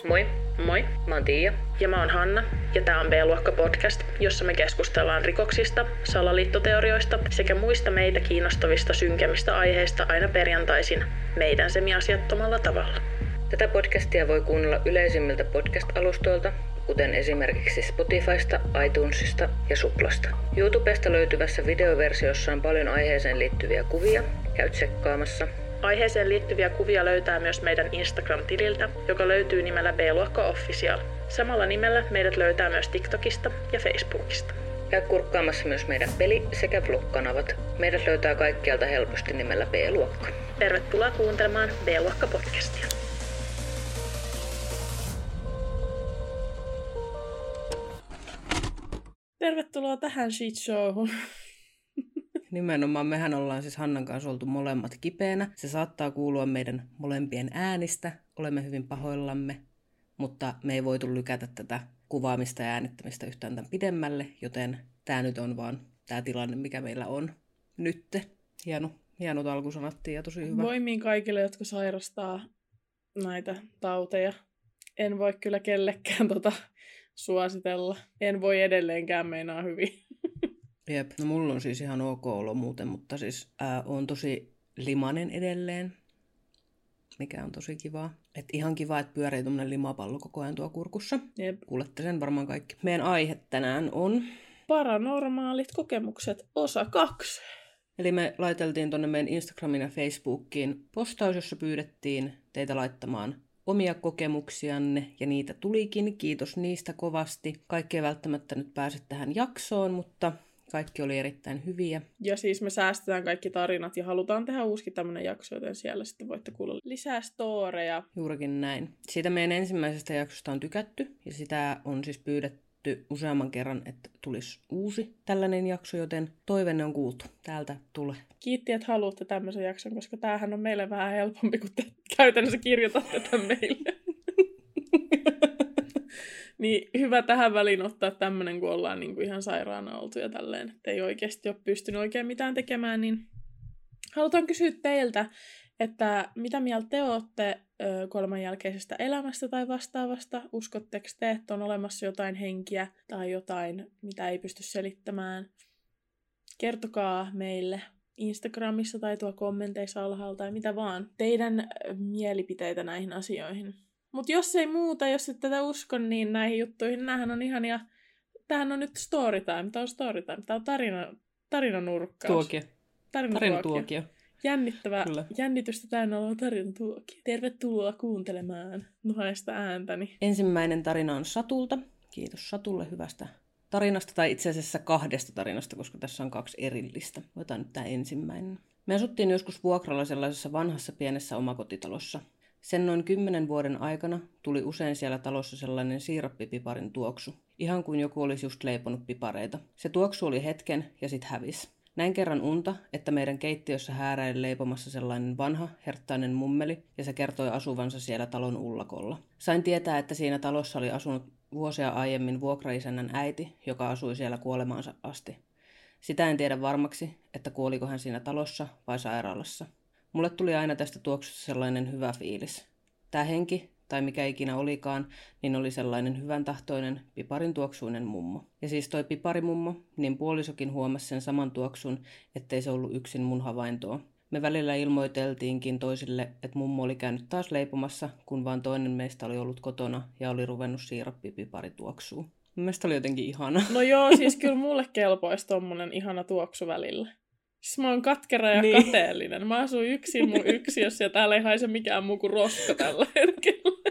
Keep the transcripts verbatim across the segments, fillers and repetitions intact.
Moi, Moi, mä oon Tiia. ja mä oon Hanna, ja tää on B-luokka podcast, jossa me keskustellaan rikoksista, salaliittoteorioista sekä muista meitä kiinnostavista synkemmistä aiheista aina perjantaisin meidän semiasiattomalla tavalla. Tätä podcastia voi kuunnella yleisimmiltä podcast-alustoilta, kuten esimerkiksi Spotifysta, iTunesista ja Suplasta. YouTubesta löytyvässä videoversiossa on paljon aiheeseen liittyviä kuvia. Käy tsekkaamassa. Aiheeseen liittyviä kuvia löytää myös meidän Instagram-tililtä, joka löytyy nimellä B-luokka Official. Samalla nimellä meidät löytää myös TikTokista ja Facebookista. Käy kurkkaamassa myös meidän peli- sekä vlog-kanavat. Meidät löytää kaikkialta helposti nimellä B-luokka. Tervetuloa kuuntelemaan B-luokka podcastia. Tervetuloa tähän shit showhun. Nimenomaan mehän ollaan siis Hannan kanssa oltu molemmat kipeänä. Se saattaa kuulua meidän molempien äänistä. Olemme hyvin pahoillamme, mutta me ei voitu lykätä tätä kuvaamista ja äänittämistä yhtään tämän pidemmälle, joten tämä nyt on vaan tämä tilanne, mikä meillä on nytte. Hieno, hienot alkusanattiin ja tosi hyvä. Voimiin kaikille, jotka sairastaa näitä tauteja. En voi kyllä kellekään tota suositella. En voi edelleenkään meinaa hyvin. Jep, no mulla on siis ihan ok olo muuten, mutta siis ää, on tosi limanen edelleen, mikä on tosi kivaa. Et ihan kiva, että pyörii tuommoinen limapallo koko ajan tuo kurkussa. Jep. Kuulette sen varmaan kaikki. Meidän aihe tänään on... Paranormaalit kokemukset, osa kaksi. Eli me laiteltiin tuonne meidän Instagramiin ja Facebookiin postaus, jossa pyydettiin teitä laittamaan omia kokemuksianne, ja niitä tulikin. Kiitos niistä kovasti. Kaikki ei välttämättä nyt pääse tähän jaksoon, mutta kaikki oli erittäin hyviä. Ja siis me säästetään kaikki tarinat ja halutaan tehdä uusikin tämmönen jakso, joten siellä sitten voitte kuulla lisää storeja. Juurikin näin. Siitä meidän ensimmäisestä jaksosta on tykätty, ja sitä on siis pyydetty useamman kerran, että tulisi uusi tällainen jakso, joten toivenne on kuultu. Täältä tulee. Kiitti, että haluatte tämmöisen jakson, koska tämähän on meille vähän helpompi, kun te käytännössä kirjoitatte tämän meille. Niin hyvä tähän väliin ottaa tämmöinen, kun ollaan niin kuin ihan sairaana oltu ja tälleen, että ei oikeasti ole pystynyt oikein mitään tekemään, niin halutaan kysyä teiltä, että mitä mieltä te olette ö, kuoleman jälkeisestä elämästä tai vastaavasta? Uskotteko te, että on olemassa jotain henkiä tai jotain, mitä ei pysty selittämään? Kertokaa meille Instagramissa tai tuo kommenteissa alhaalla tai mitä vaan. Teidän mielipiteitä näihin asioihin. Mutta jos ei muuta, jos et tätä usko, niin näihin juttuihin, näähän on ihania. Tämähän on nyt storytime, tämä on storytime, tämä on tarina, tarinanurkkaus. Tuokio. Tarinatuokio. Tarinatuokio. Jännittävä, Kyllä. jännitystä täynnä oleva tarinatuokio. Tervetuloa kuuntelemaan nuhaista ääntäni. Ensimmäinen tarina on Satulta. Kiitos Satulle hyvästä tarinasta, tai itse asiassa kahdesta tarinasta, koska tässä on kaksi erillistä. Otetaan nyt tämä ensimmäinen. Me asuttiin joskus vuokralla sellaisessa vanhassa pienessä omakotitalossa. Sen noin kymmenen vuoden aikana tuli usein siellä talossa sellainen siirappipiparin tuoksu. Ihan kuin joku olisi just leiponut pipareita. Se tuoksu oli hetken ja sit hävisi. Näin kerran unta, että meidän keittiössä hääräili leipomassa sellainen vanha, herttainen mummeli, ja se kertoi asuvansa siellä talon ullakolla. Sain tietää, että siinä talossa oli asunut vuosia aiemmin vuokraisännän äiti, joka asui siellä kuolemaansa asti. Sitä en tiedä varmaksi, että kuoliko hän siinä talossa vai sairaalassa. Mulle tuli aina tästä tuoksusta sellainen hyvä fiilis. Tää henki, tai mikä ikinä olikaan, niin oli sellainen hyvän tahtoinen, piparin tuoksuinen mummo. Ja siis toi piparimummo, niin puolisokin huomasi sen saman tuoksun, ettei se ollut yksin mun havaintoa. Me välillä ilmoiteltiinkin toisille, että mummo oli käynyt taas leipomassa, kun vaan toinen meistä oli ollut kotona ja oli ruvennut siirappipipari tuoksuu. Mielestäni oli jotenkin ihana. No joo, siis kyllä mulle kelpoisi tommonen ihana tuoksu välillä. Siis mä oon katkera ja niin. kateellinen. Mä asun yksin mun yksiössä ja täällä ei haise mikään muu kuin roska tällä hetkellä.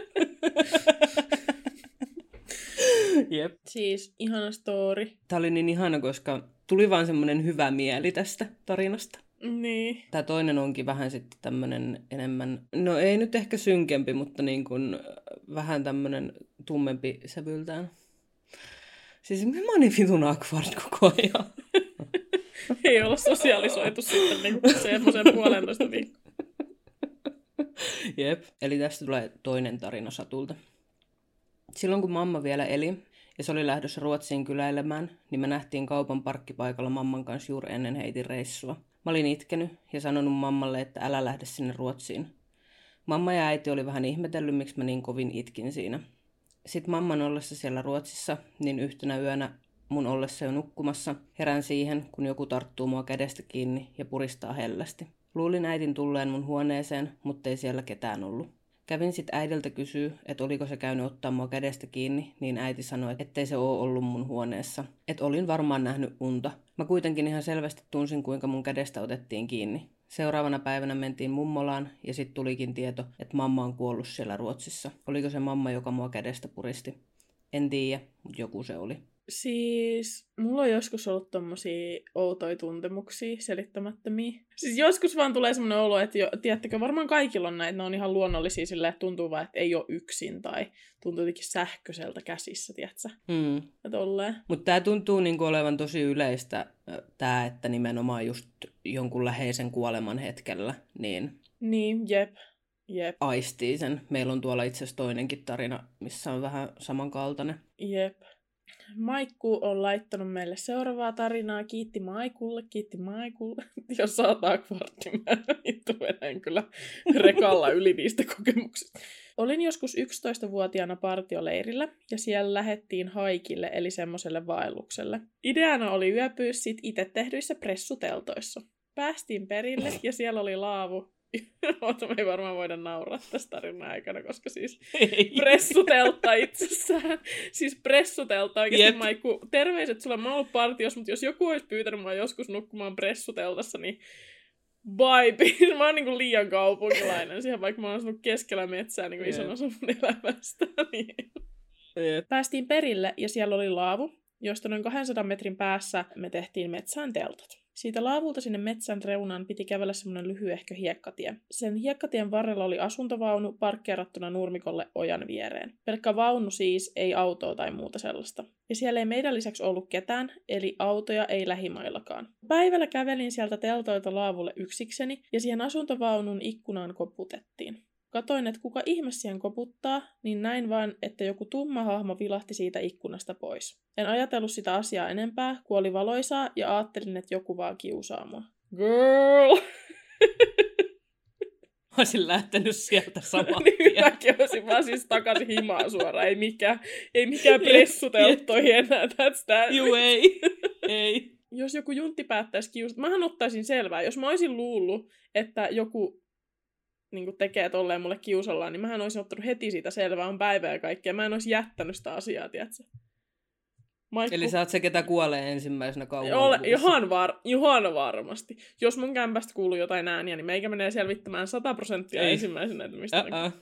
Jep. Siis ihana story. Tää oli niin ihana, koska tuli vaan semmonen hyvä mieli tästä tarinasta. Niin. Tää toinen onkin vähän sitten tämmönen enemmän, no ei nyt ehkä synkempi, mutta niin kuin vähän tämmönen tummempi sävyltään. Siis mä oon niin vitun awkward koko ajan. Ei olla sosialisoitu sitten niin semmoisen puolentoista viikkoa. Jep, eli tästä tulee toinen tarina Satulta. Silloin kun mamma vielä eli ja se oli lähdössä Ruotsiin kyläilemään, niin me nähtiin kaupan parkkipaikalla mamman kanssa juuri ennen heitin reissua. Mä olin itkenyt ja sanonut mammalle, että älä lähde sinne Ruotsiin. Mamma ja äiti oli vähän ihmetellyt, miksi mä niin kovin itkin siinä. Sitten mamman ollessa siellä Ruotsissa, niin yhtenä yönä mun ollessa jo nukkumassa, herään siihen, kun joku tarttuu mua kädestä kiinni ja puristaa hellästi. Luulin äitin tulleen mun huoneeseen, mutta ei siellä ketään ollut. Kävin sit äidiltä kysyä, että oliko se käynyt ottaa mua kädestä kiinni, niin äiti sanoi, ettei se oo ollut mun huoneessa. Että olin varmaan nähnyt unta. Mä kuitenkin ihan selvästi tunsin, kuinka mun kädestä otettiin kiinni. Seuraavana päivänä mentiin mummolaan ja sitten tulikin tieto, että mamma on kuollut siellä Ruotsissa. Oliko se mamma, joka mua kädestä puristi? En tiedä, mutta joku se oli. Siis mulla on joskus ollut tommosia outoja tuntemuksia, selittämättömiä. Siis joskus vaan tulee semmoinen olo, että jo, tiedättekö, varmaan kaikilla on näitä, ne on ihan luonnollisia silleen, että tuntuu vaan, että ei ole yksin tai tuntuu jotenkin sähköiseltä käsissä, tiedätkö? Mm. Ja tolleen. Mutta tämä tuntuu niinku olevan tosi yleistä, tämä, että nimenomaan just jonkun läheisen kuoleman hetkellä, niin... Niin, jep. Jep. Aistii sen. Meillä on tuolla itse asiassa toinenkin tarina, missä on vähän samankaltainen. Jep. Maikku on laittanut meille seuraavaa tarinaa. Kiitti Maikulle, kiitti Maikulle. Jos saataa kvartti, mä vittu menen kyllä rekalla yli niistä kokemuksista. Olin joskus yksitoistavuotiaana partioleirillä ja siellä lähettiin haikille eli semmoiselle vaellukselle. Ideana oli yöpyä sit itse tehdyissä pressuteltoissa. Päästiin perille ja siellä oli laavu. Mutta me ei varmaan voida nauraa tästä tarinan aikana, koska siis ei. Pressuteltta itsessään. Siis pressuteltta oikeasti, yep. Maikku, terveiset sulla, mä oon ollut partiossa, mutta jos joku olisi pyytänyt mua joskus nukkumaan pressuteltassa, niin bye. Mä oon niinku liian kaupunkilainen siihen, vaikka mä oon asunut keskellä metsää niinku ison yep. osan mun elämästä. Niin. Yep. Päästiin perille ja siellä oli laavu, josta noin kahdensadan metrin päässä me tehtiin metsään teltat. Siitä laavulta sinne metsän reunaan piti kävellä semmoinen lyhyehkö hiekkatie. Sen hiekkatien varrella oli asuntovaunu parkkeerattuna nurmikolle ojan viereen. Pelkkä vaunu siis, ei autoa tai muuta sellaista. Ja siellä ei meidän lisäksi ollut ketään, eli autoja ei lähimaillakaan. Päivällä kävelin sieltä teltoilta laavulle yksikseni ja siihen asuntovaunun ikkunaan koputettiin. Katoin, että kuka ihme siihen koputtaa, niin näin vaan, että joku tumma hahmo vilahti siitä ikkunasta pois. En ajatellut sitä asiaa enempää, kun oli valoisaa ja ajattelin, että joku vaan kiusaa mua. Girl! Olisin lähtenyt sieltä saman tien. Niin mäkin olisin vaan siis takaisin himaan suoraan. Ei mikään, ei mikään pressutelttoihin enää. That's that. Juu, ei. Ei. Jos joku juntti päättäisi kiusata, mähän ottaisin selvää. Jos mä olisin luullut, että joku niin tekee tolleen mulle kiusallaan, niin mähän olisin ottanut heti siitä selvää, on päivä ja kaikkea. Mä en olisi jättänyt sitä asiaa, tiedätkö? Maikku... Eli sä oot se, ketä kuolee ensimmäisenä kauan. Ihan, var... ihan varmasti. Jos mun kämpästä kuuluu jotain ääniä, niin meikä menee selvittämään sata prosenttia ensimmäisenä, että mistä uh-uh.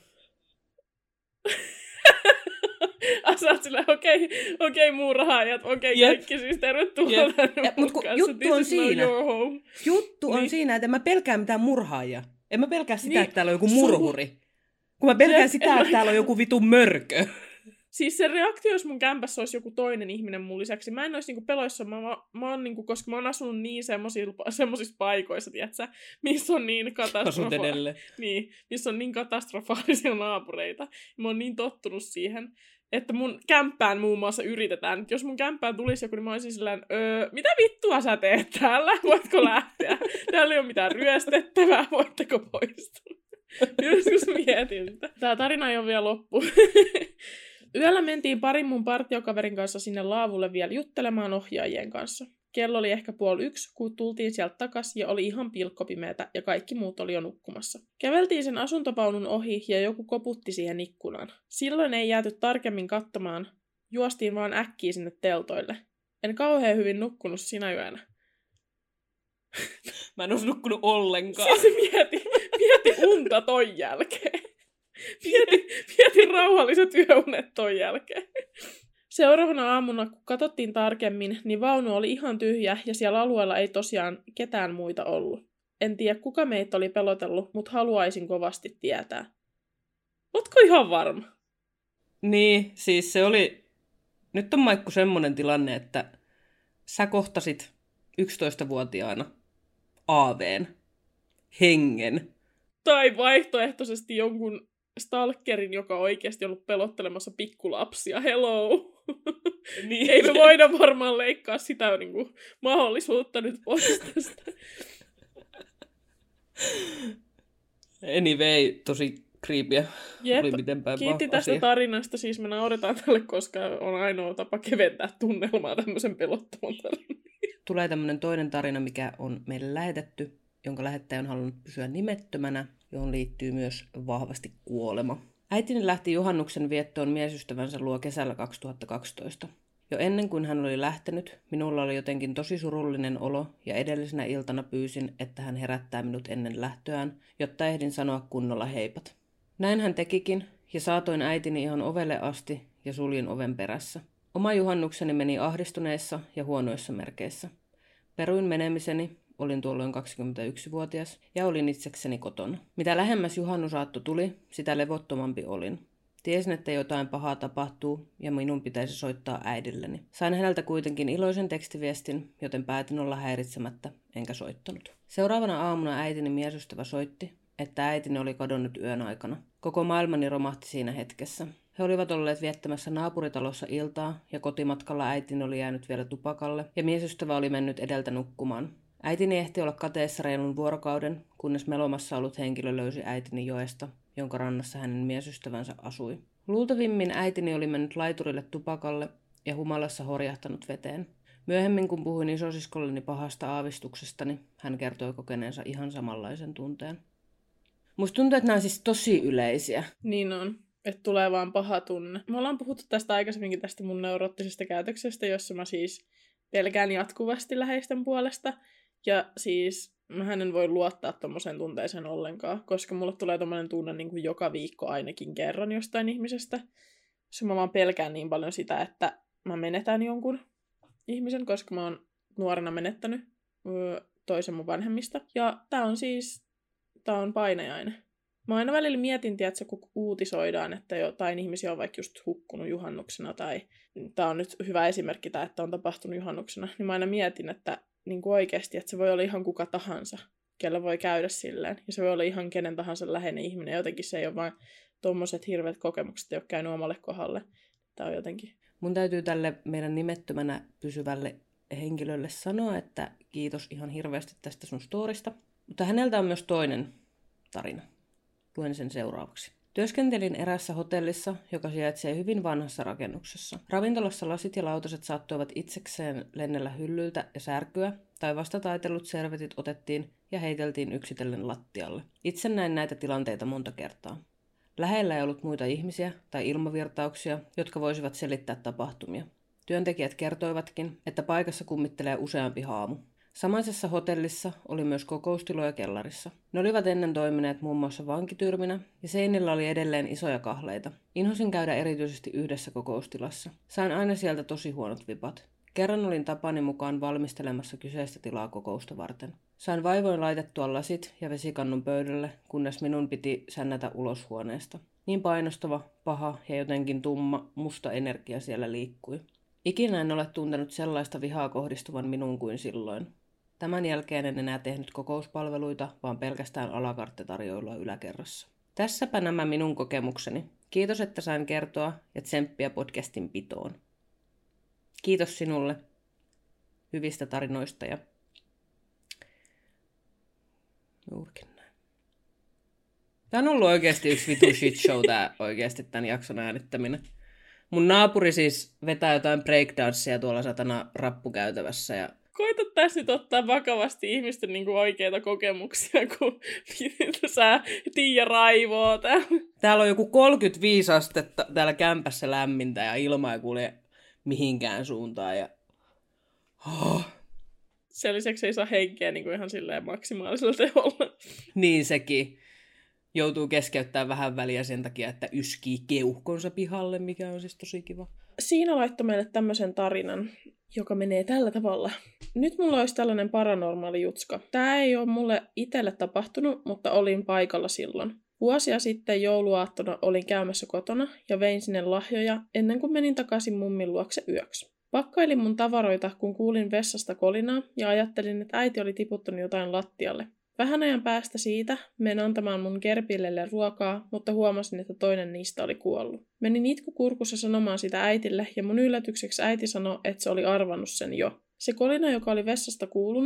Sä oot silleen, okei, okay, okei okay, muurahaajat, okei okay, kaikki, siis tervetuloa yep. tänne mun kanssa. Juttu on siinä, no juttu on niin. siinä, että en mä pelkää mitään murhaajia. En mä pelkää sitä, niin. että täällä on joku murhuri. Kun mä pelkään se, sitä, että täällä on joku vitun mörkö. Siis se reaktio, jos mun kämpässä olisi joku toinen ihminen mun lisäksi, mä en olisi niinku peloissa, mä, mä, mä oon niinku, koska mä oon asunut niin semmoisissa paikoissa, tiiätsä, missä on niin katastrofa- niin, missä on niin katastrofaalisia naapureita. Mä oon niin tottunut siihen, että mun kämppään muun muassa yritetään. Jos mun kämppään tulisi joku, niin mä olisin silleen, öö, mitä vittua sä teet täällä? Voitko lähteä? Täällä ei ole mitään ryöstettävää, voitteko poistua? Joskus mietin sitä. Tää tarina ei ole vielä loppu. Yöllä mentiin parin mun partiokaverin kanssa sinne laavulle vielä juttelemaan ohjaajien kanssa. Kello oli ehkä puoli yksi, kun tultiin sieltä takas ja oli ihan pilkkopimeätä ja kaikki muut oli jo nukkumassa. Käveltiin sen asuntovaunun ohi ja joku koputti siihen ikkunaan. Silloin ei jääty tarkemmin katsomaan, juostiin vaan äkkiä sinne teltoille. En kauhean hyvin nukkunut sinä yönä. Mä en olisi nukkunut ollenkaan. Siis mieti, mieti unta ton jälkeen. Mieti, mieti rauhalliset yöunet ton jälkeen. Seuraavana aamuna, kun katsottiin tarkemmin, niin vaunu oli ihan tyhjä ja siellä alueella ei tosiaan ketään muita ollut. En tiedä, kuka meitä oli pelotellut, mutta haluaisin kovasti tietää. Ootko ihan varma? Niin, siis se oli... Nyt on Maikku semmoinen tilanne, että sä kohtasit yksitoistavuotiaana aaveen, hengen. Tai vaihtoehtoisesti jonkun stalkerin, joka on oikeasti ollut pelottelemassa pikkulapsia. Hello! Niin. Ei me voida varmaan leikkaa sitä niin kuin, mahdollisuutta nyt pois tästä. Anyway, tosi creepyä. Jep, Oli miten päin kiitti vaan tästä asia. tarinasta. Siis me nauretaan tälle, koska on ainoa tapa keventää tunnelmaa tämmöisen pelottavan tarinan. Tulee tämmöinen toinen tarina, mikä on meille lähetetty, jonka lähettäjä on halunnut pysyä nimettömänä, johon liittyy myös vahvasti kuolema. Äitini lähti juhannuksen viettoon miesystävänsä luo kesällä kaksituhattakaksitoista. Jo ennen kuin hän oli lähtenyt, minulla oli jotenkin tosi surullinen olo ja edellisenä iltana pyysin, että hän herättää minut ennen lähtöään, jotta ehdin sanoa kunnolla heipat. Näin hän tekikin ja saatoin äitini ihan ovelle asti ja suljin oven perässä. Oma juhannukseni meni ahdistuneissa ja huonoissa merkeissä. Peruin menemiseni, olin tuolloin kaksikymmentäyksivuotias ja olin itsekseni kotona. Mitä lähemmäs juhannusaatto tuli, sitä levottomampi olin. Tiesin, että jotain pahaa tapahtuu ja minun pitäisi soittaa äidilleni. Sain häneltä kuitenkin iloisen tekstiviestin, joten päätin olla häiritsemättä, enkä soittanut. Seuraavana aamuna äitini miesystävä soitti, että äitini oli kadonnut yön aikana. Koko maailmani romahti siinä hetkessä. He olivat olleet viettämässä naapuritalossa iltaa ja kotimatkalla äitini oli jäänyt vielä tupakalle ja miesystävä oli mennyt edeltä nukkumaan. Äitini ehti olla kateessa reilun vuorokauden, kunnes melomassa ollut henkilö löysi äitini joesta, jonka rannassa hänen miesystävänsä asui. Luultavimmin äitini oli mennyt laiturille tupakalle ja humalassa horjahtanut veteen. Myöhemmin, kun puhuin isosiskolleni pahasta aavistuksestani, hän kertoi kokeneensa ihan samanlaisen tunteen. Musta tuntuu, että nämä on siis tosi yleisiä. Niin on. Että tulee vaan paha tunne. Me ollaan puhuttu tästä aikaisemminkin tästä mun neuroottisesta käytöksestä, jossa mä siis pelkään jatkuvasti läheisten puolesta. Ja siis mähän en voi luottaa tommoseen tunteeseen ollenkaan, koska mulle tulee tommonen tunne niin kuin joka viikko ainakin kerran jostain ihmisestä. Koska mä vaan pelkään niin paljon sitä, että mä menetän jonkun ihmisen, koska mä oon nuorena menettänyt öö, toisen mun vanhemmista. Ja tää on siis, tää on painajainen. Mä aina välillä mietin, että kun uutisoidaan, että jotain ihmisiä on vaikka just hukkunut juhannuksena, tai tää on nyt hyvä esimerkki tää, että on tapahtunut juhannuksena, niin mä aina mietin, että niin kuin oikeasti, että se voi olla ihan kuka tahansa, kellä voi käydä silleen. Ja se voi olla ihan kenen tahansa läheinen ihminen. Jotenkin se ei ole vain tommoset hirveät kokemukset, jotka käynyt omalle kohdalle. Tää on jotenkin. Mun täytyy tälle meidän nimettömänä pysyvälle henkilölle sanoa, että kiitos ihan hirveästi tästä sun storista. Mutta häneltä on myös toinen tarina. Luen sen seuraavaksi. Työskentelin erässä hotellissa, joka sijaitsee hyvin vanhassa rakennuksessa. Ravintolassa lasit ja lautaset saattoivat itsekseen lennellä hyllyltä ja särkyä, tai vastataitellut servetit otettiin ja heiteltiin yksitellen lattialle. Itse näin näitä tilanteita monta kertaa. Lähellä ei ollut muita ihmisiä tai ilmavirtauksia, jotka voisivat selittää tapahtumia. Työntekijät kertoivatkin, että paikassa kummittelee useampi haamu. Samaisessa hotellissa oli myös kokoustiloja kellarissa. Ne olivat ennen toimineet muun muassa vankityrminä ja seinillä oli edelleen isoja kahleita. Inhosin käydä erityisesti yhdessä kokoustilassa. Sain aina sieltä tosi huonot vipat. Kerran olin tapani mukaan valmistelemassa kyseistä tilaa kokousta varten. Sain vaivoin laitettua lasit ja vesikannun pöydälle, kunnes minun piti sännätä ulos huoneesta. Niin painostava, paha ja jotenkin tumma, musta energia siellä liikkui. Ikinä en ole tuntenut sellaista vihaa kohdistuvan minuun kuin silloin. Tämän jälkeen en enää tehnyt kokouspalveluita, vaan pelkästään alakarttetarjoilua yläkerrassa. Tässäpä nämä minun kokemukseni. Kiitos, että sain kertoa ja tsemppiä podcastin pitoon. Kiitos sinulle hyvistä tarinoista ja juurikin näin. Tämä on ollut oikeasti yksi vitu shit show tää oikeasti tämän jakson äänittäminen. Mun naapuri siis vetää jotain breakdanssia tuolla satana rappukäytävässä ja koita tässä nyt ottaa vakavasti ihmisten niinku oikeita kokemuksia, kun sä Tiia raivoo täällä. Täällä on joku kolmekymmentäviisi astetta täällä kämpässä lämmintä ja ilma ei kulje mihinkään suuntaan. Ja oh. Sen lisäksi ei saa henkeä niin kuin ihan silleen maksimaalisella teholla. Niin sekin. Joutuu keskeyttämään vähän väliä sen takia, että yskii keuhkonsa pihalle, mikä on siis tosi kiva. Siinä laittoi meille tämmöisen tarinan, joka menee tällä tavalla. Nyt mulla olisi tällainen paranormaali jutska. Tää ei ole mulle itselle tapahtunut, mutta olin paikalla silloin. Vuosia sitten jouluaattona olin käymässä kotona ja vein sinne lahjoja ennen kuin menin takaisin mummin luokse yöksi. Pakkailin mun tavaroita, kun kuulin vessasta kolinaa ja ajattelin, että äiti oli tiputtanut jotain lattialle. Vähän ajan päästä siitä menin antamaan mun gerpillelle ruokaa, mutta huomasin, että toinen niistä oli kuollut. Menin itku kurkussa sanomaan sitä äitille ja mun yllätykseksi äiti sanoi, että se oli arvannut sen jo. Se kolina, joka oli vessasta kuulunut,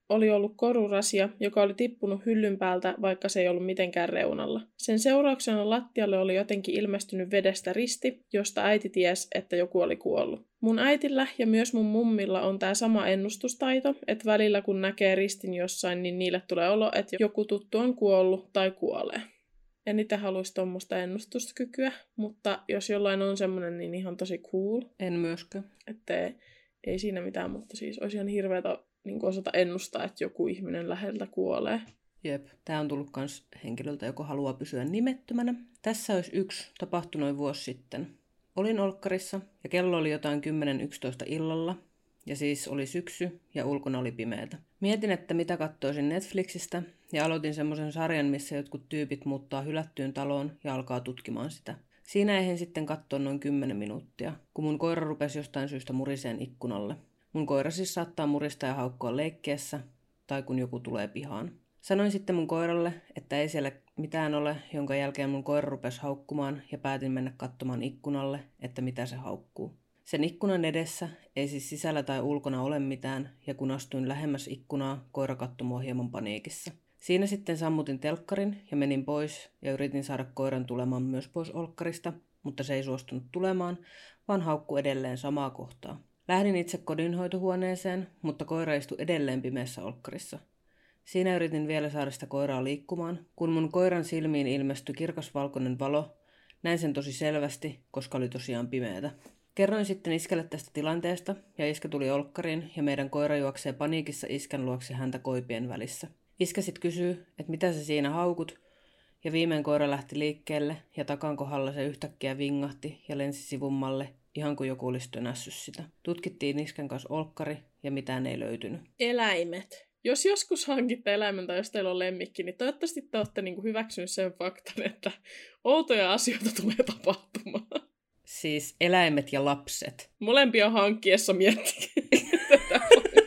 oli ollut korurasia, joka oli tippunut hyllyn päältä, vaikka se ei ollut mitenkään reunalla. Sen seurauksena lattialle oli jotenkin ilmestynyt vedestä risti, josta äiti tiesi, että joku oli kuollut. Mun äitillä ja myös mun mummilla on tää sama ennustustaito, että välillä kun näkee ristin jossain, niin niille tulee olo, että joku tuttu on kuollut tai kuolee. En itse haluaisi tuommoista ennustuskykyä, mutta jos jollain on semmoinen, niin ihan tosi cool. En myöskään. Että ei, ei siinä mitään, mutta siis olisi ihan hirveätä niin osata ennustaa, että joku ihminen läheltä kuolee. Jep. Tämä on tullut myös henkilöltä, joka haluaa pysyä nimettömänä. Tässä olisi yksi tapahtunut noin vuosi sitten. Olin olkkarissa ja kello oli jotain kymmenen yksitoista illalla. Ja siis oli syksy ja ulkona oli pimeätä. Mietin, että mitä katsoisin Netflixistä ja aloitin semmoisen sarjan, missä jotkut tyypit muuttaa hylättyyn taloon ja alkaa tutkimaan sitä. Siinä ehdin sitten katsoa noin kymmenen minuuttia, kun mun koira rupesi jostain syystä muriseen ikkunalle. Mun koira siis saattaa murista ja haukkua leikkiessä tai kun joku tulee pihaan. Sanoin sitten mun koiralle, että ei siellä mitään ole, jonka jälkeen mun koira rupesi haukkumaan ja päätin mennä katsomaan ikkunalle, että mitä se haukkuu. Sen ikkunan edessä ei siis sisällä tai ulkona ole mitään, ja kun astuin lähemmäs ikkunaa, koira katsoi mua hieman paniikissa. Siinä sitten sammutin telkkarin ja menin pois ja yritin saada koiran tulemaan myös pois olkkarista, mutta se ei suostunut tulemaan, vaan haukkui edelleen samaa kohtaa. Lähdin itse kodinhoitohuoneeseen, mutta koira istui edelleen pimeässä olkkarissa. Siinä yritin vielä saada sitä koiraa liikkumaan, kun mun koiran silmiin ilmestyi kirkasvalkoinen valo. Näin sen tosi selvästi, koska oli tosiaan pimeätä. Kerroin sitten iskelle tästä tilanteesta, ja iskä tuli olkkariin, ja meidän koira juoksee paniikissa iskän luokse häntä koipien välissä. Iskä sit kysyy, että mitä sä siinä haukut, ja viimein koira lähti liikkeelle, ja takan kohdalla se yhtäkkiä vingahti ja lensi sivummalle, ihan kuin joku olisi tönässyt sitä. Tutkittiin iskän kanssa olkkari, ja mitään ei löytynyt. Eläimet. Jos joskus hankitte eläimen tai jos teillä on lemmikki, niin toivottavasti te olette niinku hyväksynyt sen faktan, että outoja asioita tulee tapahtumaan. Siis eläimet ja lapset. Molempia hankkiessa miettikää tätä.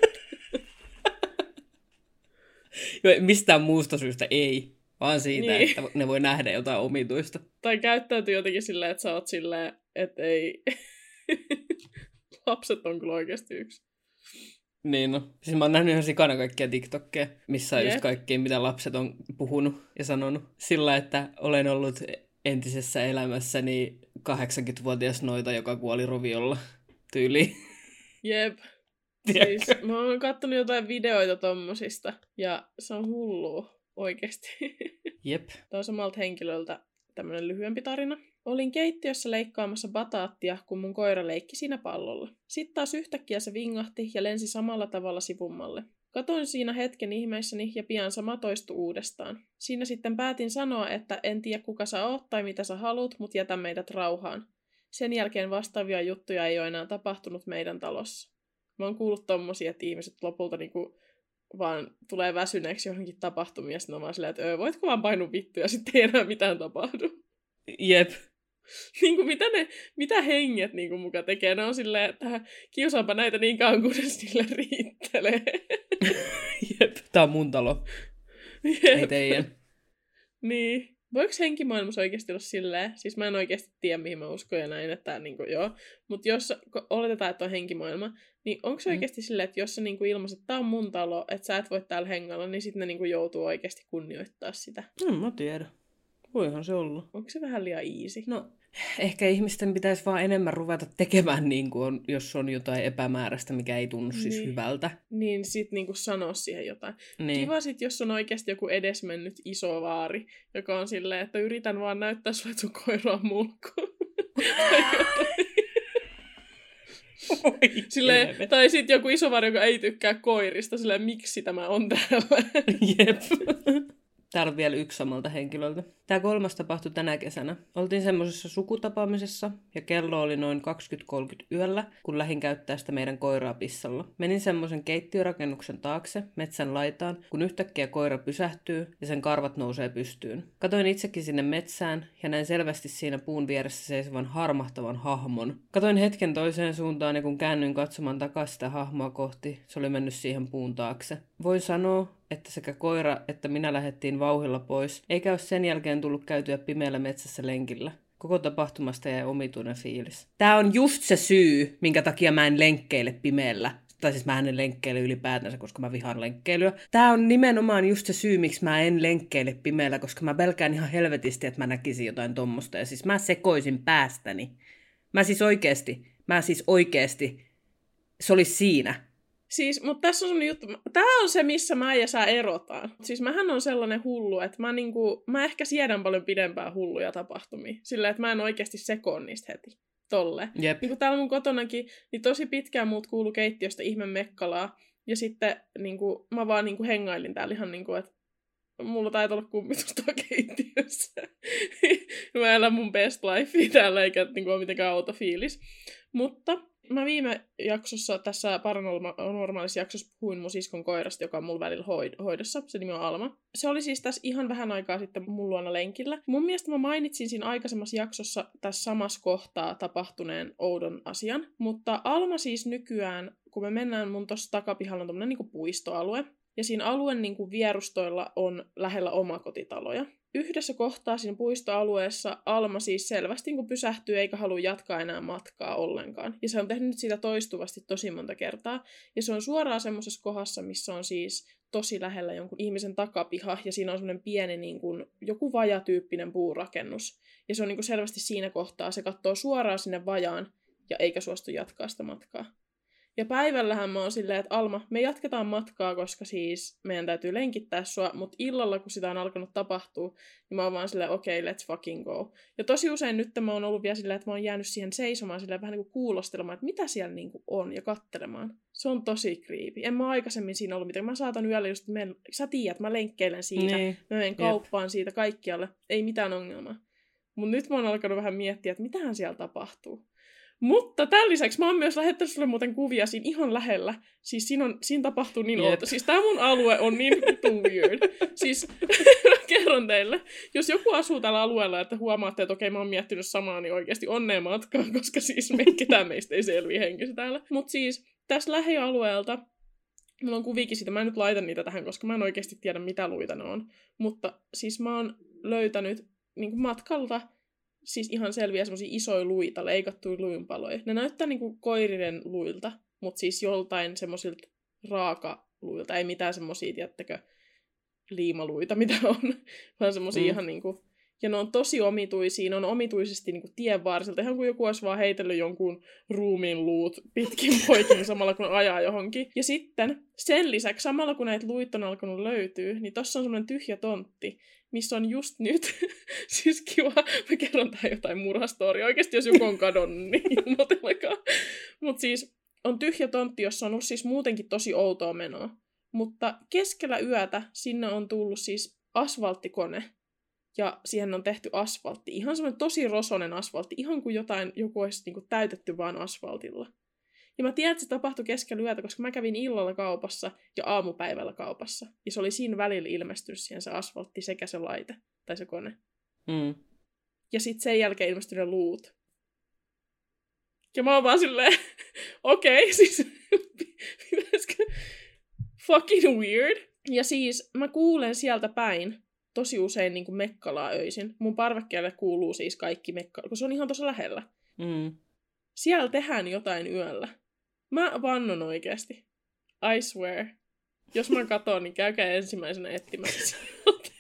Mistään muusta syystä ei, vaan siitä, niin. Että ne voi nähdä jotain omituista. Tai käyttäytyy jotenkin silleen, että sä oot silleen, että ei... Lapset on kyllä oikeasti yksi. Niin no. Siis mä oon nähnyt ihan sikana kaikkia TikTokkeja, missä on Jep. just kaikkea, mitä lapset on puhunut ja sanonut. Sillä, että olen ollut entisessä elämässäni kahdeksankymmentävuotias noita, joka kuoli roviolla tyyliin. Jep. Tiedätkö? Siis mä oon kattonut jotain videoita tommosista, ja se on hullua oikeesti. Jep. Tämä on samalta henkilöltä tämmönen lyhyempi tarina. Olin keittiössä leikkaamassa bataattia, kun mun koira leikki siinä pallolla. Sitten taas yhtäkkiä se vingahti ja lensi samalla tavalla sivummalle. Katoin siinä hetken ihmeissäni ja pian sama toistui uudestaan. Siinä sitten päätin sanoa, että en tiedä kuka sä oot tai mitä sä haluut, mut jätä meidät rauhaan. Sen jälkeen vastaavia juttuja ei ole enää tapahtunut meidän talossa. Mä oon kuullut tommosia, että ihmiset lopulta niinku vaan tulee väsyneeksi johonkin tapahtumia, ja sitten on vaan silleen, että voitko vaan painua vittu, ja sitten ei enää mitään tapahdu. Jep. Niin kuin mitä, ne, mitä henget niin kuin muka tekee? Ne on silleen, että kiusaanpa näitä niin kauan kuin se sille riittelee. Jep. Tää on mun talo. Jep. Ei teidän. Niin. Voiko henkimaailmassa oikeasti olla silleen? Siis mä en oikeasti tiedä, mihin mä uskon ja näin, että niin kuin, joo. Mutta jos oletetaan, että on henkimaailma, niin onko se oikeasti mm. silleen, että jos sä niin kuin ilmaiset, että tää on mun talo, että sä et voi täällä hengalla, niin sitten ne niin kuin joutuu oikeasti kunnioittaa sitä? No, mä tiedän. Voihan se olla. Onko se vähän liian easy? No, ehkä ihmisten pitäisi vaan enemmän ruveta tekemään, niin kuin on, jos on jotain epämääräistä, mikä ei tunnu siis niin. hyvältä. Niin sit niinku sanoa siihen jotain. Niin. Kiva sit, jos on oikeasti joku edesmennyt iso vaari, joka on silleen, että yritän vaan näyttää sulle, että sun koira on mulkku. Silleen, tai sitten joku isovaari, joka ei tykkää koirista, silleen, miksi tämä on täällä. Jep. Täällä on vielä yksi samalta henkilöltä. Tämä kolmas tapahtui tänä kesänä. Oltiin semmoisessa sukutapaamisessa ja kello oli noin kaksikymmentä kolmekymmentä yöllä, kun lähdin käyttää sitä meidän koiraa pissalla. Menin semmoisen keittiörakennuksen taakse, metsän laitaan, kun yhtäkkiä koira pysähtyy ja sen karvat nousee pystyyn. Katoin itsekin sinne metsään ja näin selvästi siinä puun vieressä seisovan harmahtavan hahmon. Katoin hetken toiseen suuntaan ja kun käännyin katsomaan takaisin sitä hahmoa kohti, se oli mennyt siihen puun taakse. Voin sanoa, että sekä koira että minä lähdettiin vauhdilla pois, eikä ole sen jälkeen tullut käytyä pimeällä metsässä lenkillä. Koko tapahtumasta jäi omituinen fiilis. Tää on just se syy, minkä takia mä en lenkkeile pimeällä. Tai siis mä en lenkkeile ylipäätänsä, koska mä vihaan lenkkeilyä. Tää on nimenomaan just se syy, miksi mä en lenkkeile pimeällä, koska mä pelkään ihan helvetisti, että mä näkisin jotain tommosta. Ja siis mä sekoisin päästäni. Mä siis oikeesti, mä siis oikeesti, se olisi siinä. Siis, mutta tässä on semmoinen juttu, tää on se, missä mä ja sä erotaan. Siis mähän on sellainen hullu, että mä, niinku, mä ehkä siedän paljon pidempään hulluja tapahtumia. Sillä, että mä en oikeasti sekoon niistä heti. Tolle. Jep. Niin kuin täällä mun kotonakin, niin tosi pitkään muut kuului keittiöstä ihme mekkalaa. Ja sitten niin kuin, mä vaan niin kuin hengailin täällä ihan niin kuin, että mulla taitaa olla kummitusta keittiössä. Mä elän mun best lifea täällä, eikä niin kuin, ole mitenkään outo fiilis. Mutta mä viime jaksossa, tässä paranormaalisessa jaksossa puhuin mun siskon koirasta, joka on mulla välillä hoidossa. Se nimi on Alma. Se oli siis tässä ihan vähän aikaa sitten mun luona lenkillä. Mun mielestä mä mainitsin siinä aikaisemmassa jaksossa tässä samassa kohtaa tapahtuneen oudon asian. Mutta Alma siis nykyään, kun me mennään mun tossa takapihalla on tommonen niinku puistoalue. Ja siinä alueen niinku vierustoilla on lähellä omakotitaloja. Yhdessä kohtaa siinä puistoalueessa Alma siis selvästi niin pysähtyy eikä halua jatkaa enää matkaa ollenkaan. Ja se on tehnyt sitä toistuvasti tosi monta kertaa. Ja se on suoraan semmoisessa kohdassa, missä on siis tosi lähellä jonkun ihmisen takapiha. Ja siinä on semmoinen pieni niin kuin, joku vajatyyppinen puurakennus. Ja se on niin kuin selvästi siinä kohtaa. Se katsoo suoraan sinne vajaan ja eikä suostu jatkaa sitä matkaa. Ja päivällähän mä oon silleen, että Alma, me jatketaan matkaa, koska siis meidän täytyy lenkittää sua, mutta illalla, kun sitä on alkanut tapahtua, niin mä oon vaan silleen, okei, okay, let's fucking go. Ja tosi usein nyt mä oon ollut vielä silleen, että mä oon jäänyt siihen seisomaan silleen vähän niin kuin kuulostelemaan, että mitä siellä niin kuin on, ja kattelemaan. Se on tosi creepy. En mä aikaisemmin siinä ollut mitään. Mä saatan yöllä just, men... sä tiedät, mä lenkkeilen siitä, niin. Mä menen kauppaan Jep. siitä kaikkialle, ei mitään ongelmaa. Mutta nyt mä oon alkanut vähän miettiä, että mitähän siellä tapahtuu. Mutta tämän lisäksi mä oon myös lähettänyt sulle muuten kuvia siinä ihan lähellä. Siis siinä, on, siinä tapahtuu niin outo. Siis tää mun alue on niin vittu weird. Siis kerron teille, jos joku asuu tällä alueella, että huomaatte, että okei mä oon miettinyt samaa, niin oikeasti onnea matkaa, koska siis me ketään meistä ei selviä henkissä täällä. Mut siis tässä lähialueelta, mulla on kuvikin siitä, mä en nyt laita niitä tähän, koska mä en oikeasti tiedä mitä luita ne on. Mutta siis mä oon löytänyt niin kuin matkalta siis ihan selviä semmosia isoja luita, leikattuja luinpaloja. Ne näyttää niinku koirien luilta, mutta siis joltain semmosilta raakaluilta. Ei mitään semmosia, tiedättekö, liimaluita, mitä on. Vaan semmosia mm. ihan niinku... Ja ne on tosi omituisia. Ne on omituisesti niinku tien varsilta. Ihan kuin joku olisi vaan heitellyt jonkun ruumiin luut pitkin poikin samalla kun ajaa johonkin. Ja sitten sen lisäksi, samalla kun näitä luita on alkanut löytyä, niin tossa on semmoinen tyhjä tontti, missä on just nyt, siis kiva, mä kerron tähän jotain murhastoria. Oikeasti jos joku on kadonnut, niin ilmoitellaan. Mutta siis on tyhjä tontti, jossa on ollut siis muutenkin tosi outoa menoa. Mutta keskellä yötä sinne on tullut siis asfalttikone. Ja siihen on tehty asfaltti. Ihan semmoinen tosi rosoinen asfaltti. Ihan kuin jotain, joku olisi niinku täytetty vaan asfaltilla. Ja mä tiedän, että se tapahtui keskellä yötä, koska mä kävin illalla kaupassa ja aamupäivällä kaupassa. Ja se oli siinä välillä ilmestynyt siihen se asfaltti sekä se laite, tai se kone. Mm. Ja sitten sen jälkeen ilmestyi ne luut. Ja mä oon vaan silleen, okei, okay, siis pitäisikö fucking weird. Ja siis mä kuulen sieltä päin tosi usein niin kuin mekkalaa öisin. Mun parvekkeelle kuuluu siis kaikki mekkala, kun se on ihan tossa lähellä. Mm. Siellä tehdään jotain yöllä. Mä vannon oikeesti. I swear. Jos mä katon, niin käykää ensimmäisenä etsimässä sieltä.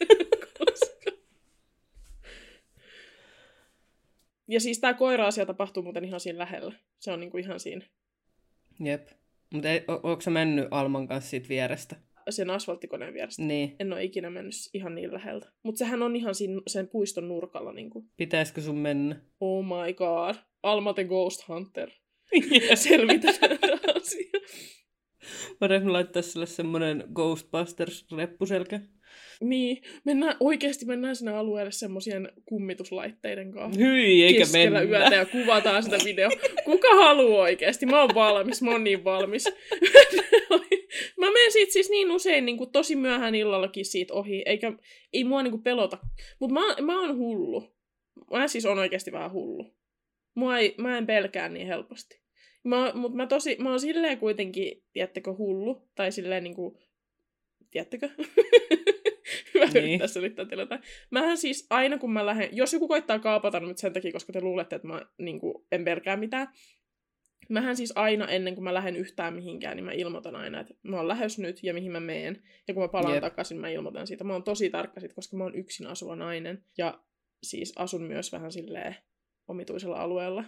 Ja siis tää koira-asia tapahtuu muuten ihan siinä lähellä. Se on niinku ihan siinä. Jep. Mutta ootko sä mennyt Alman kanssa siitä vierestä? Sen asfalttikoneen vierestä. Niin. En ole ikinä mennyt ihan niin läheltä. Mutta sehän on ihan siinä, sen puiston nurkalla. Niinku. Pitäisikö sun mennä? Oh my god. Alma the Ghost Hunter. Selvitetään tämä asia. Voidaanko laittaa sille semmoinen Ghostbusters-reppuselkä? Niin, mennään, oikeasti mennään sinne alueelle semmoisien kummituslaitteiden kanssa. Hyi, eikä keskellä mennä. yötä ja kuvataan sitä video. Kuka haluaa oikeasti? Mä oon valmis, mä oon niin valmis. Mä menen siitä siis niin usein niin kuin tosi myöhään illallakin siitä ohi, eikä ei mua niin kuin pelota. Mutta mä, mä oon hullu. Mä siis on oikeasti vähän hullu. Mua ei, mä en pelkää niin helposti. Mä, mut mä, tosi, mä oon silleen kuitenkin, tiedättekö, hullu. Tai silleen niinku, tiedättekö? Hyvä niin. Yrittää selittää teille jotain. Mähän siis aina kun mä lähden, jos joku koittaa kaapata nyt sen takia, koska te luulette, että mä niinku, en pelkää mitään. Mähän siis aina ennen kuin mä lähden yhtään mihinkään, niin mä ilmoitan aina, että mä oon lähes nyt ja mihin mä meen. Ja kun mä palaan Jep. takaisin, mä ilmoitan siitä. Mä oon tosi tarkka siitä, koska mä oon yksin asuva nainen. Ja siis asun myös vähän silleen omituisella alueella.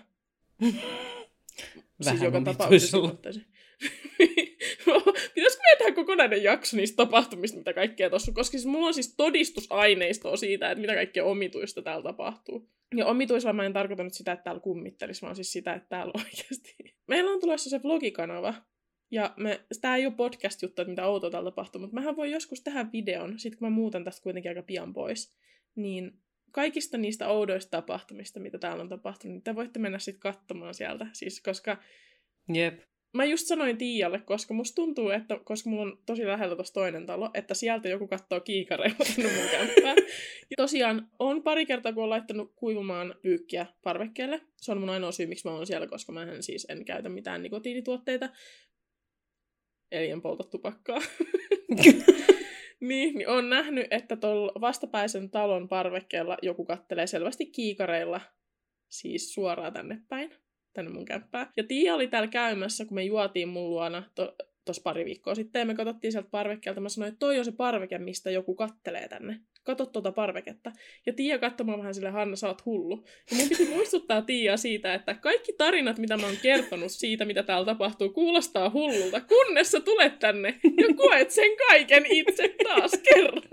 Vähän siis joka omituisella. Pitäisikö meidän tehdä kokonainen jakso niistä tapahtumista, mitä kaikkea tossa on? Koska siis mulla on siis todistusaineistoa siitä, että mitä kaikkea omituista täällä tapahtuu. Ja omituisella mä en tarkoita nyt sitä, että täällä kummittelisi, vaan siis sitä, että täällä oikeasti. Meillä on tulossa se vlogikanava. Ja me, tää ei ole podcast-juttu, että mitä outoa täällä tapahtuu, mutta mähän voi joskus tehdä videon, sit kun mä muutan tästä kuitenkin aika pian pois. Niin kaikista niistä oudoista tapahtumista, mitä täällä on tapahtunut, niin te voitte mennä sitten katsomaan sieltä. Siis koska... Jep. Mä just sanoin Tiialle, koska musta tuntuu, että koska mulla on tosi lähellä tossa toinen talo, että sieltä joku kattoo kiikareilla mun kämppää. Ja tosiaan on pari kertaa, kun on laittanut kuivumaan pyykkiä parvekkeelle. Se on mun ainoa syy, miksi mä oon siellä, koska mä en siis en käytä mitään nikotiinituotteita. Eli en polta tupakkaa. Niin, niin on nähnyt, että tuolla vastapäisen talon parvekkeella joku kattelee selvästi kiikareilla, siis suoraan tänne päin. Tänne mun kämppään. Ja Tiia oli täällä käymässä, kun me juotiin mun luona to, tos pari viikkoa sitten, ja me katsottiin sieltä parvekkeelta. Mä sanoin, että toi on se parveke, mistä joku kattelee tänne. Kato tuota parveketta. Ja Tiia katsoi mua vähän silleen, Hanna, sä oot hullu. Ja mun piti muistuttaa Tiiaa siitä, että kaikki tarinat, mitä mä oon kertonut siitä, mitä täällä tapahtuu, kuulostaa hullulta, kunnes sä tulet tänne ja koet sen kaiken itse taas kerran.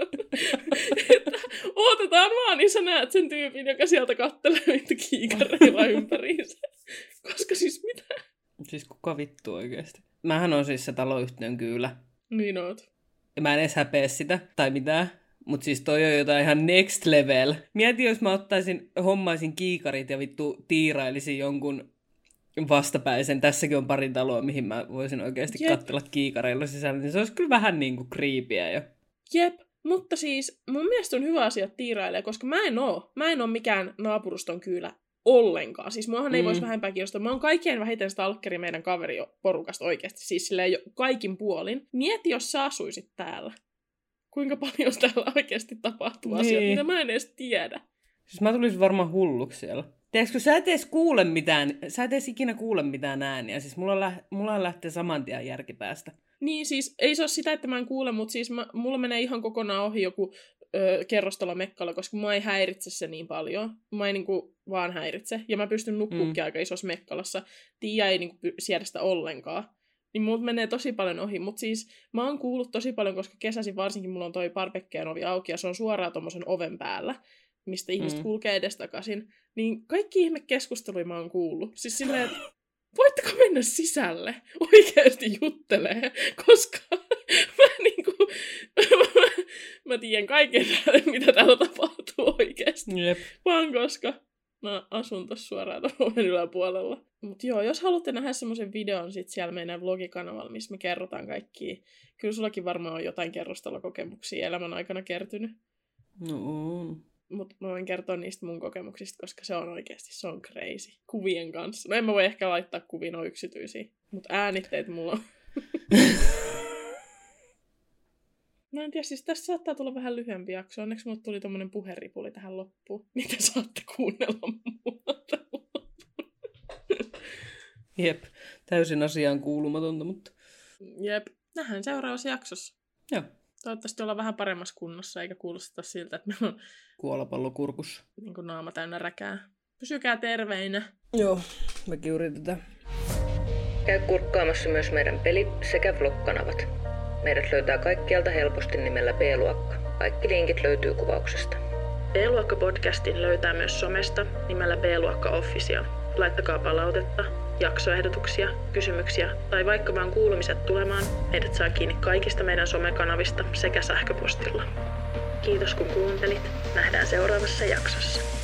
Että odotetaan vaan, niin sä näet sen tyypin, joka sieltä kattelee niitä kiikareilla ympäriinsä. Koska siis mitä? Siis kuka vittu oikeesti? Mähän on siis se taloyhtiön kyylä. Niin oot. Ja mä en edes häpeä sitä, tai mitään. Mut siis toi on jotain ihan next level. Mieti, jos mä ottaisin, hommaisin kiikarit ja vittu tiirailisin jonkun vastapäisen. Tässäkin on pari taloa, mihin mä voisin oikeasti Jep. katsella kiikareilla sisällä. Niin se olisi kyllä vähän niinku creepyä jo. Jep. Mutta siis mun mielestä on hyvä asia, että tiirailee, koska mä en oo. Mä en oo mikään naapuruston kyylä ollenkaan. Siis muahan ei mm. voisi vähempää kiinnostaa. Mä oon kaikkein vähiten stalkeri meidän kaveriporukasta oikeasti. Siis silleen jo kaikin puolin. Mieti, jos sä asuisit täällä. Kuinka paljon täällä oikeasti tapahtuu niin. asioita, mitä mä en edes tiedä. Siis mä tulisin varmaan hulluksi siellä. Tiedätkö, sä et edes kuule mitään, sä et edes ikinä kuule mitään ääniä. Siis mulla, lä- mulla lähtee saman tien järkipäästä. Niin, siis ei se ole sitä, että mä en kuule, mutta siis mä, mulla menee ihan kokonaan ohi joku ö, kerrostalo mekkalla, koska mä ei häiritse se niin paljon. Mä ei niinku vaan häiritse. Ja mä pystyn nukkuukin mm. aika isossa mekkalassa. Tiia ei niinku siedä sitä ollenkaan. Niin multa menee tosi paljon ohi. Mutta siis mä oon kuullut tosi paljon, koska kesäisin varsinkin mulla on toi parvekkeen ovi auki ja se on suoraan tommosen oven päällä, mistä ihmiset mm. kulkee edestakaisin. Niin kaikki ihme keskusteluja mä oon kuullut. Siis silleen, että voitteko mennä sisälle oikeasti juttelee, koska mä niinku, mä, mä tiedän kaiken, mitä täällä tapahtuu oikeasti. Jep. Vaan koska mä asun tossa suoraan oven yläpuolella. Mut joo, jos haluatte nähdä semmoisen videon sit siellä meidän vlogikanavalla, missä me kerrotaan kaikkia. Kyllä sullakin varmaan on jotain kerrostalokokemuksia elämän aikana kertynyt. No on. Mutta mä voin kertoa niistä mun kokemuksista, koska se on oikeasti, se on crazy. Kuvien kanssa. No en mä voi ehkä laittaa kuvia, no yksityisiä. Mutta äänitteet mulla on. Mä en tiedä, siis tässä saattaa tulla vähän lyhyempi jakso. Onneksi mulle tuli tommonen puheripuli tähän loppuun. Mitä saatte kuunnella muuta. Jep, täysin asiaan kuulumatonta, mutta... Jep, nähdään seuraavassa jaksossa. Joo. Toivottavasti ollaan vähän paremmassa kunnossa, eikä kuulosteta siltä, että meillä on kuolopallo kurkussa. Niin kuin naama täynnä räkää. Pysykää terveinä. Joo, mekin yritetään. Käy kurkkaamassa myös meidän peli- sekä vlog-kanavat. Meidät löytää kaikkialta helposti nimellä B-luokka. Kaikki linkit löytyy kuvauksesta. B-luokka-podcastin löytää myös somesta nimellä B-luokka Official. Laittakaa palautetta, jaksoehdotuksia, kysymyksiä tai vaikka vaan kuulumiset tulemaan, meidät saa kiinni kaikista meidän somekanavista sekä sähköpostilla. Kiitos kun kuuntelit. Nähdään seuraavassa jaksossa.